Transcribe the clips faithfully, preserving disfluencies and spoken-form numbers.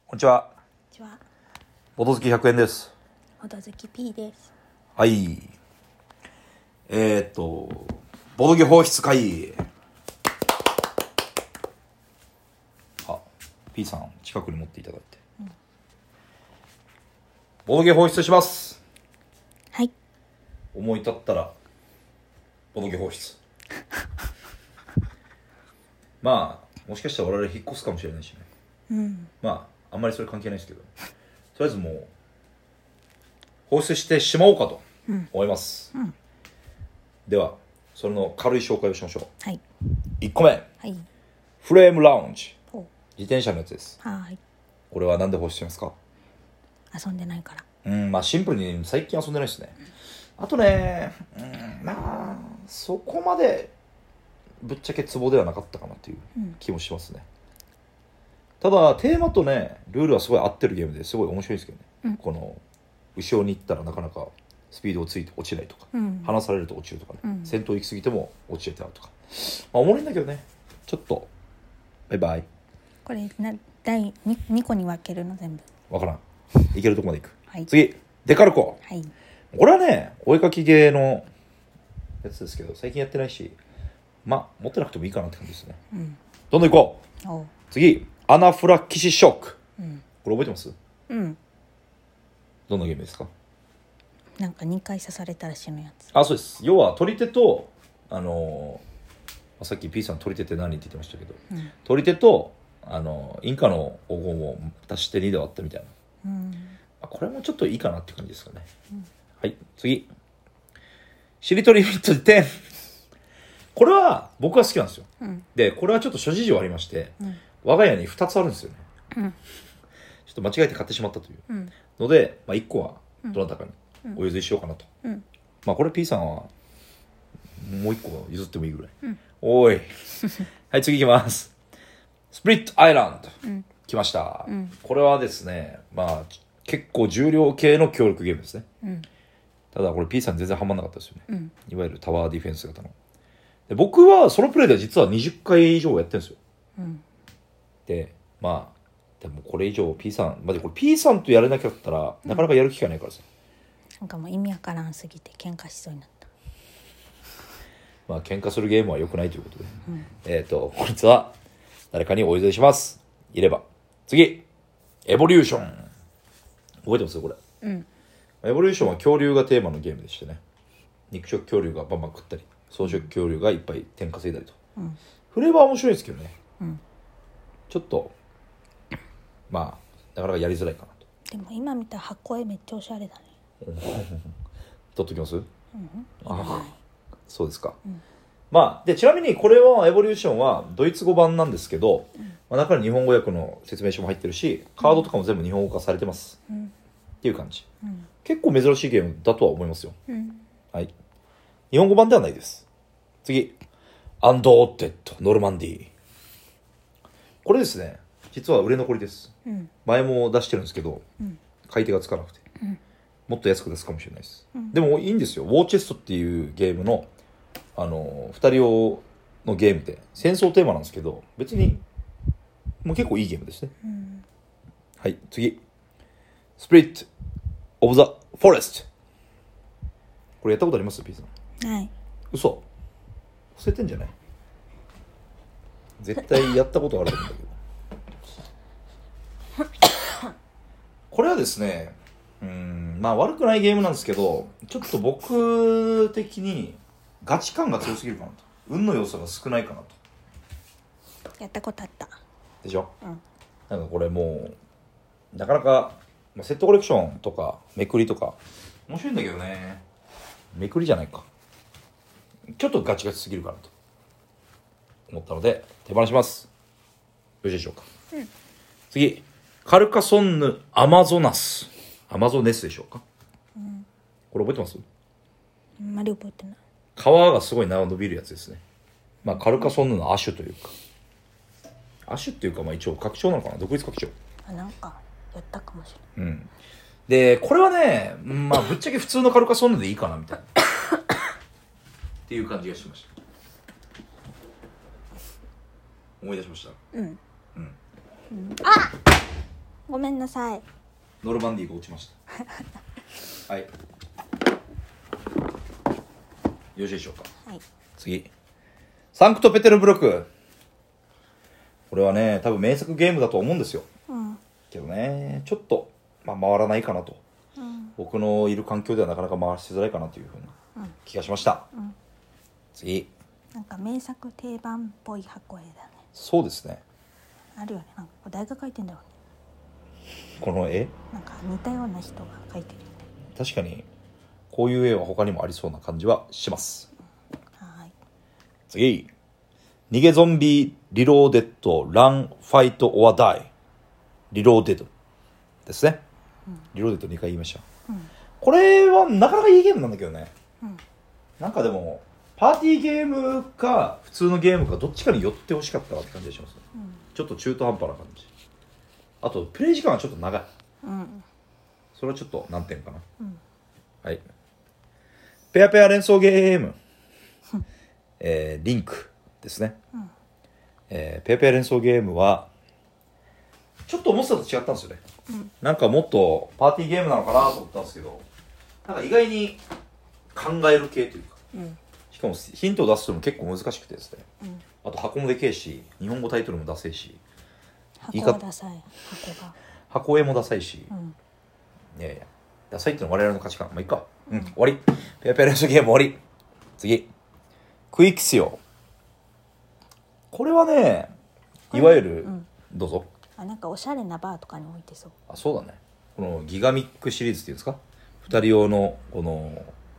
こんにちは。 こんにちは。 ボト好きひゃくえんです。 ほどずき P です。 はい。えー、っと、ボドゲ放出会。あ、P さん近くに持っていただいて。うん、ボドゲ放出します。 はい。 思い立ったら、ボドゲ放出。まあ、もしかしたら我々引っ越すかもしれないしね。 うん。 まあ、あんまりそれ関係ないですけど、とりあえずもう、放出してしまおうかと思います。 うんうん、では、その軽い紹介をしましょう。 はい。 いっこめ。 はい。 フレームラウンジ。自転車のやつです。 はい。 これは何で放出しますか？ 遊んでないから。 うん、まあシンプルに最近遊んでないですね。あとね、うん、まあ、そこまでぶっちゃけツボではなかったかなという気もしますね。うん、ただ、テーマとね、ルールはすごい合ってるゲームですごい面白いですけどね。うん、この、後ろに行ったらなかなかスピードをついて落ちないとか、うん、離されると落ちるとかね、うん、先頭行き過ぎても落ちてたとか。まあ、おもろいんだけどね、ちょっと、バイバイ。 これな、だい 2, にこに分けるの全部。 わからん。いけるとこまで行く。 はい、 次、デカルコ。 はい。 これはね、お絵かきゲーのやつですけど、最近やってないし、まあ、持ってなくてもいいかなって感じですね。うん、どんどん行こう。おう。次、アナフラキシショック。うん、これ覚えてます？うん。どんなゲームですか？ なんかにかい刺されたら死ぬやつ。 あ、そうです。要は、取り手と、あのー、さっき P さん取り手って何って言ってましたけど、うん、取り手と、あのー、インカの黄金を足してにで割ったみたいな。うん、これもちょっといいかなって感じですかね。うん、はい、次。しりとりミットじゅってん。これは僕は好きなんですよ。うん、で、これはちょっと諸事情ありまして、うん、我が家にふたつあるんですよね。うん、ちょっと間違えて買ってしまったというので、まあ、いっこはどなたかにお譲りしようかなと。うん、まあこれ P さんはもういっこ譲ってもいいぐらい。うん、おい。はい、次行きます。スプリットアイランド。うん、来ました、うん。これはですね、まあ結構重量系の協力ゲームですね。うん、ただこれ P さん全然ハマんなかったですよね。うん、いわゆるタワーディフェンス型の。で僕はそのプレイで実はにじゅっかい以上やってるんですよ。うん、で、まあ、でもこれ以上 P さん、まあ、これ P さんとやれなかったら、なかなかやる機会ないからさ。 なんかもう意味わからんすぎて喧嘩しそうになった。 まあ喧嘩するゲームは良くないということで。うん、えっと、こいつは誰かにお譲りします。いれば。次。エボリューション。覚えてますこれ。うん。エボリューションは恐竜がテーマのゲームでしてね。肉食恐竜がバンバン食ったり、草食恐竜がいっぱい点稼いだりと。うん、フレーバーは面白いですけどね。うん、ちょっと、まあ、なかなかやりづらいかなと。 でも今見た箱絵めっちゃおしゃれだね。 取っときます？うん、 ああ、 そうですか。うん、まあ、で、ちなみにこれは、エボリューションはドイツ語版なんですけど、うん、まあ、中に日本語訳の説明書も入ってるし、カードとかも全部日本語化されてます。うん、っていう感じ、うん。結構珍しいゲームだとは思いますよ。うん、はい。日本語版ではないです。次。アンドーテッド、ノルマンディー。これですね、実は売れ残りです。うん、前も出してるんですけど、うん、買い手がつかなくて、うん、もっと安く出すかもしれないです。うん、でもいいんですよ。ウォーチェストっていうゲームの、あの、二人用のゲームで、戦争テーマなんですけど、別に、もう結構いいゲームですね。うん、はい、次。スプリット・オブ・ザ・フォレスト。これやったことあります ?P さん。 はい。 嘘。忘れてんじゃない？絶対やったことあると思うんだけど。これはですね、うーん、まあ悪くないゲームなんですけど、ちょっと僕的にガチ感が強すぎるかなと。運の要素が少ないかなと。 やったことあった。 でしょ？うん。なんかこれもう、なかなか、まあ、セットコレクションとか、めくりとか、面白いんだけどね。めくりじゃないか。ちょっとガチガチすぎるかなと思ったので手放します。よろしいでしょうか。うん、次、カルカソンヌ・アマゾナス。アマゾネスでしょうか。うん、これ覚えてます？ あんまり覚えてない。 皮がすごい長伸びるやつですね。まあカルカソンヌの亜種というか、亜種っていうかまあ一応拡張なのかな、独立拡張。 あ、なんかやったかもしれない。 うん。でこれはね、まあぶっちゃけ普通のカルカソンヌでいいかなみたいな。っていう感じがしました。思い出しました。うん。うん。うん、あごめんなさい。 ノルマンディーが落ちましたはい、よろしいでしょうか。 はい。 次、サンクトペテルブルク。これはね多分名作ゲームだと思うんですよ。 うんけどねちょっと、まあ、回らないかなと、うん、僕のいる環境ではなかなか回しづらいかなというふうな気がしました、うん、次、 なんか名作定番っぽい箱絵だね。 そうですね。 あるよね。なんか誰が描いてんだろうね。 この絵なんか似たような人が描いてるよね。 確かにこういう絵は他にもありそうな感じはします、 うん、はい。 次、逃げゾンビリローデッドランファイトオアダイリローデッドですね、うん、リローデッドにかい言いました、うん、これはなかなかいいゲームなんだけどね、うん、なんかでもパーティーゲームか普通のゲームかどっちかに寄ってほしかったなって感じがします、うん、ちょっと中途半端な感じ。あとプレイ時間はちょっと長い、うん、それはちょっと難点かな、うん、はい。ペアペア連想ゲームえー、リンクですね、うんえー、ペアペア連想ゲームはちょっと思ってたと違ったんですよね、うん、なんかもっとパーティーゲームなのかなと思ったんですけど、なんか意外に考える系というか、うん、しかもヒントを出すのも結構難しくてですね、うん、あと箱もでけえし日本語タイトルもダセえし、 箱はダサい、箱が箱絵もダサいし、うん、いやいやダサいってのは我々の価値観、まあいいか、うん、うん、終わり。ペアペア連想ゲーム終わり。次、クイクシオ。これはねいわゆる、うん、どうぞ。 あ、なんかおしゃれなバーとかに置いてそう。 あ、そうだね。このギガミックシリーズっていうんですか、ふたり用のこの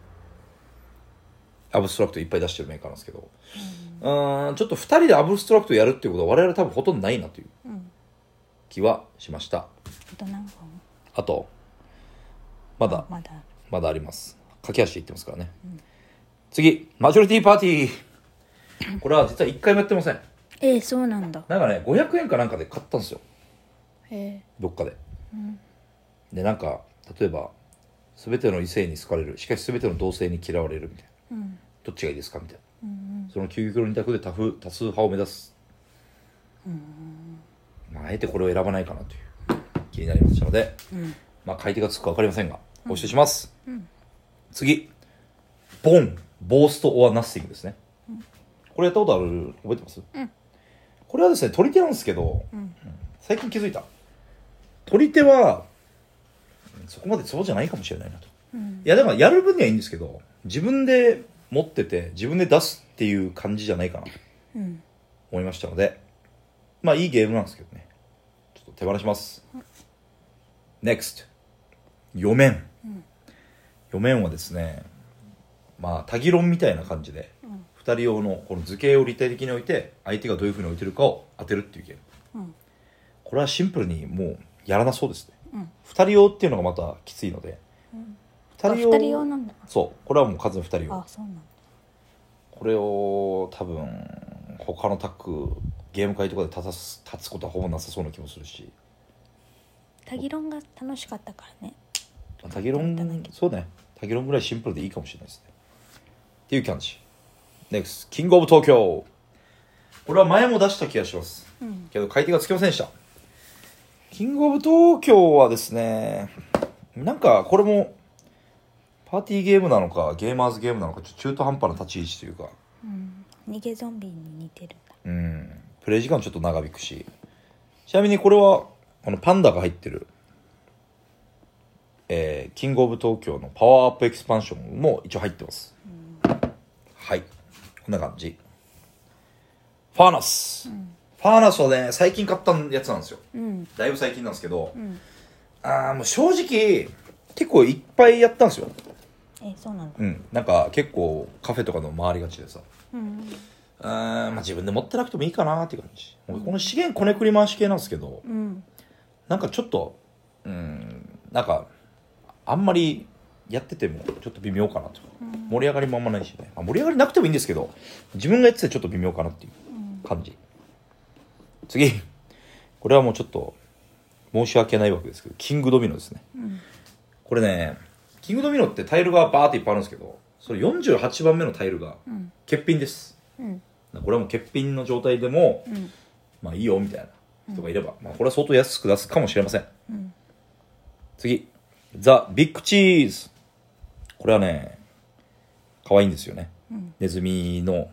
アブストラクトいっぱい出してるメーカーなんですけど、うん、うんちょっとふたりでアブストラクトやるっていうことは我々多分ほとんどないなという気はしました、うん、あと何本？ あとまだまだまだあります。駆け足でいってますからね、うん、次、マジョリティパーティー。これは実はいっかいもやってません。 えー、そうなんだ。 なんかねごひゃくえんかなんかで買ったんですよ、 へどっかで、うん、でなんか例えば全ての異性に好かれる、しかし全ての同性に嫌われるみたいな、うん、どっちがいいですかみたいな、うんうん、その究極の二択で多数多数派を目指す、うんまあ、あえてこれを選ばないかなという気になりましたので、うんまあ、買い手がつくか分かりませんがお教えします、うんうん、次、ボンボーストオアナッシングですね、うん、これやったことある覚えてます、うん、これはですね取り手なんですけど、うんうん、最近気づいた取り手はそこまでそうじゃないかもしれないなと、うん、いやでもやる分にはいいんですけど自分で持ってて自分で出すっていう感じじゃないかなと思いましたので、まあいいゲームなんですけどねちょっと手放します、うん、ネクスト、4面、うん、よ面はですねまあタギロンみたいな感じで、うん、ふたり用のこの図形を立体的に置いて相手がどういう風に置いてるかを当てるっていうゲーム、うん、これはシンプルにもうやらなそうですね、うん、ふたり用っていうのがまたきついので、うん、ふたり用、 ふたり用なんだ。 そうこれはもう完全にふたり用。 あ、そうなんだ。 これを多分他のタッグゲーム会とかで立たす立つことはほぼなさそうな気もするし、 タギロンが楽しかったからね。 タギロンそうねタギロンぐらいシンプルでいいかもしれないですねっていう感じ。 ネクスト、キングオブ東京。これは前も出した気がします、うん、けど買い手がつきませんでした。キングオブ東京はですねなんかこれもパーティーゲームなのかゲーマーズゲームなのかちょっと中途半端な立ち位置というか、 うん、逃げゾンビに似てるんだ。 うんプレイ時間ちょっと長引くし、ちなみにこれはこのパンダが入ってるえー、キングオブ東京のパワーアップエキスパンションも一応入ってます、うん、はいこんな感じ。ファーナス、うん、ファーナスはね最近買ったやつなんですよ、うん、だいぶ最近なんですけど、うん、あもう正直結構いっぱいやったんですよ。 えそうなんだ、 うん、なんか結構カフェとかの回りがちでさ、うん、あまあ自分で持ってなくてもいいかなっていう感じ、うん、この資源こねくり回し系なんですけど、うん、なんかちょっとうんなんかあんまりやっててもちょっと微妙かなと、うん、盛り上がりもあんまないしね、まあ、盛り上がりなくてもいいんですけど自分がやっててちょっと微妙かなっていう感じ、うん、次これはもうちょっと申し訳ないわけですけどキングドミノですね、うん、これねキングドミノってタイルがバーっていっぱいあるんですけどそれよんじゅうはちばんめのタイルが欠品です、うん、これはもう欠品の状態でも、うん、まあいいよみたいな人がいれば、うん、まあこれは相当安く出すかもしれません、 うん、 次ザ・ビッグチーズ。これはね可愛いんですよね、うん、ネズミの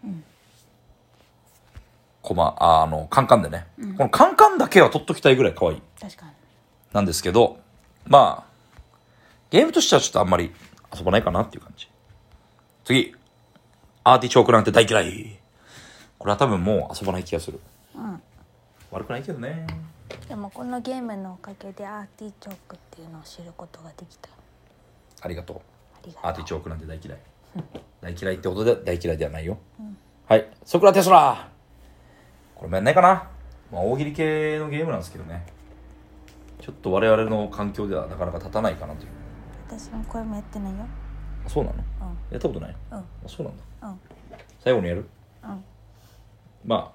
コマ、ああのカンカンでね、うん、このカンカンだけは取っときたいぐらい可愛い確かになんですけど、まあゲームとしてはちょっとあんまり遊ばないかなっていう感じ。次アーティチョークなんて大嫌い。これは多分もう遊ばない気がする、うん、悪くないけどね。 でもこのゲームのおかげでアーティチョークっていうのを知ることができた。 ありがとう。 ありがとう。 アーティチョークなんて大嫌い大嫌いってことで大嫌いではないよ、うん、はいソクラテスラ。これもやんないかな。まあ大喜利系のゲームなんですけどね、ちょっと我々の環境ではなかなか立たないかなという。 私もこれもやってないよ。 あ、そうなの、うん、やったことない、うん、あ、そうなんだ、うん、最後にやる、うん、まあ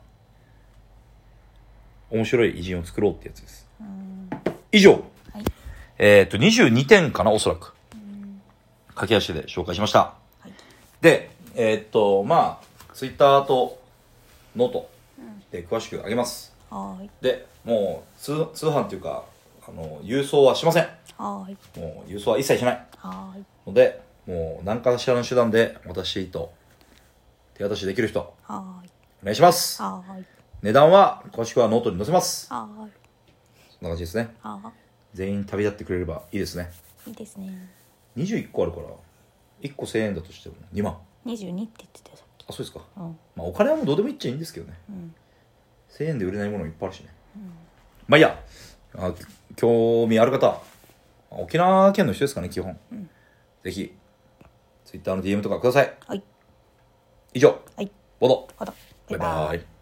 面白い偉人を作ろうってやつです。うん、以上、はい、えっとにじゅうにてんかなおそらく、うん、駆け足で紹介しました、はい、でえー、っとまあツイッターとノートで詳しくあげます、うん、はい。でもう 通, 通販っていうかあの郵送はしません。はい。もう郵送は一切しない。はい。のでもう何かしらの手段で私と手渡しできる人、はい。お願いします。はい。値段は詳しくはノートに載せます。はい。そんな感じですね。はい。全員旅立ってくれればいいですね。 いいですね。 にじゅういっこあるからいっこせんえんだとしてもにまん。 にじゅうにって言ってたよさっき。 あ、そうですか。うん。まあお金はもうどうでもいいっちゃいいんですけどね。うん。せんえんで売れないものいっぱいあるしね。うん、まあいいや。あ、興味ある方、沖縄県の人ですかね基本、うん、ぜひツイッターの ディーエム とかください。はい。以上、はい、ボド、ボド、バイバイ。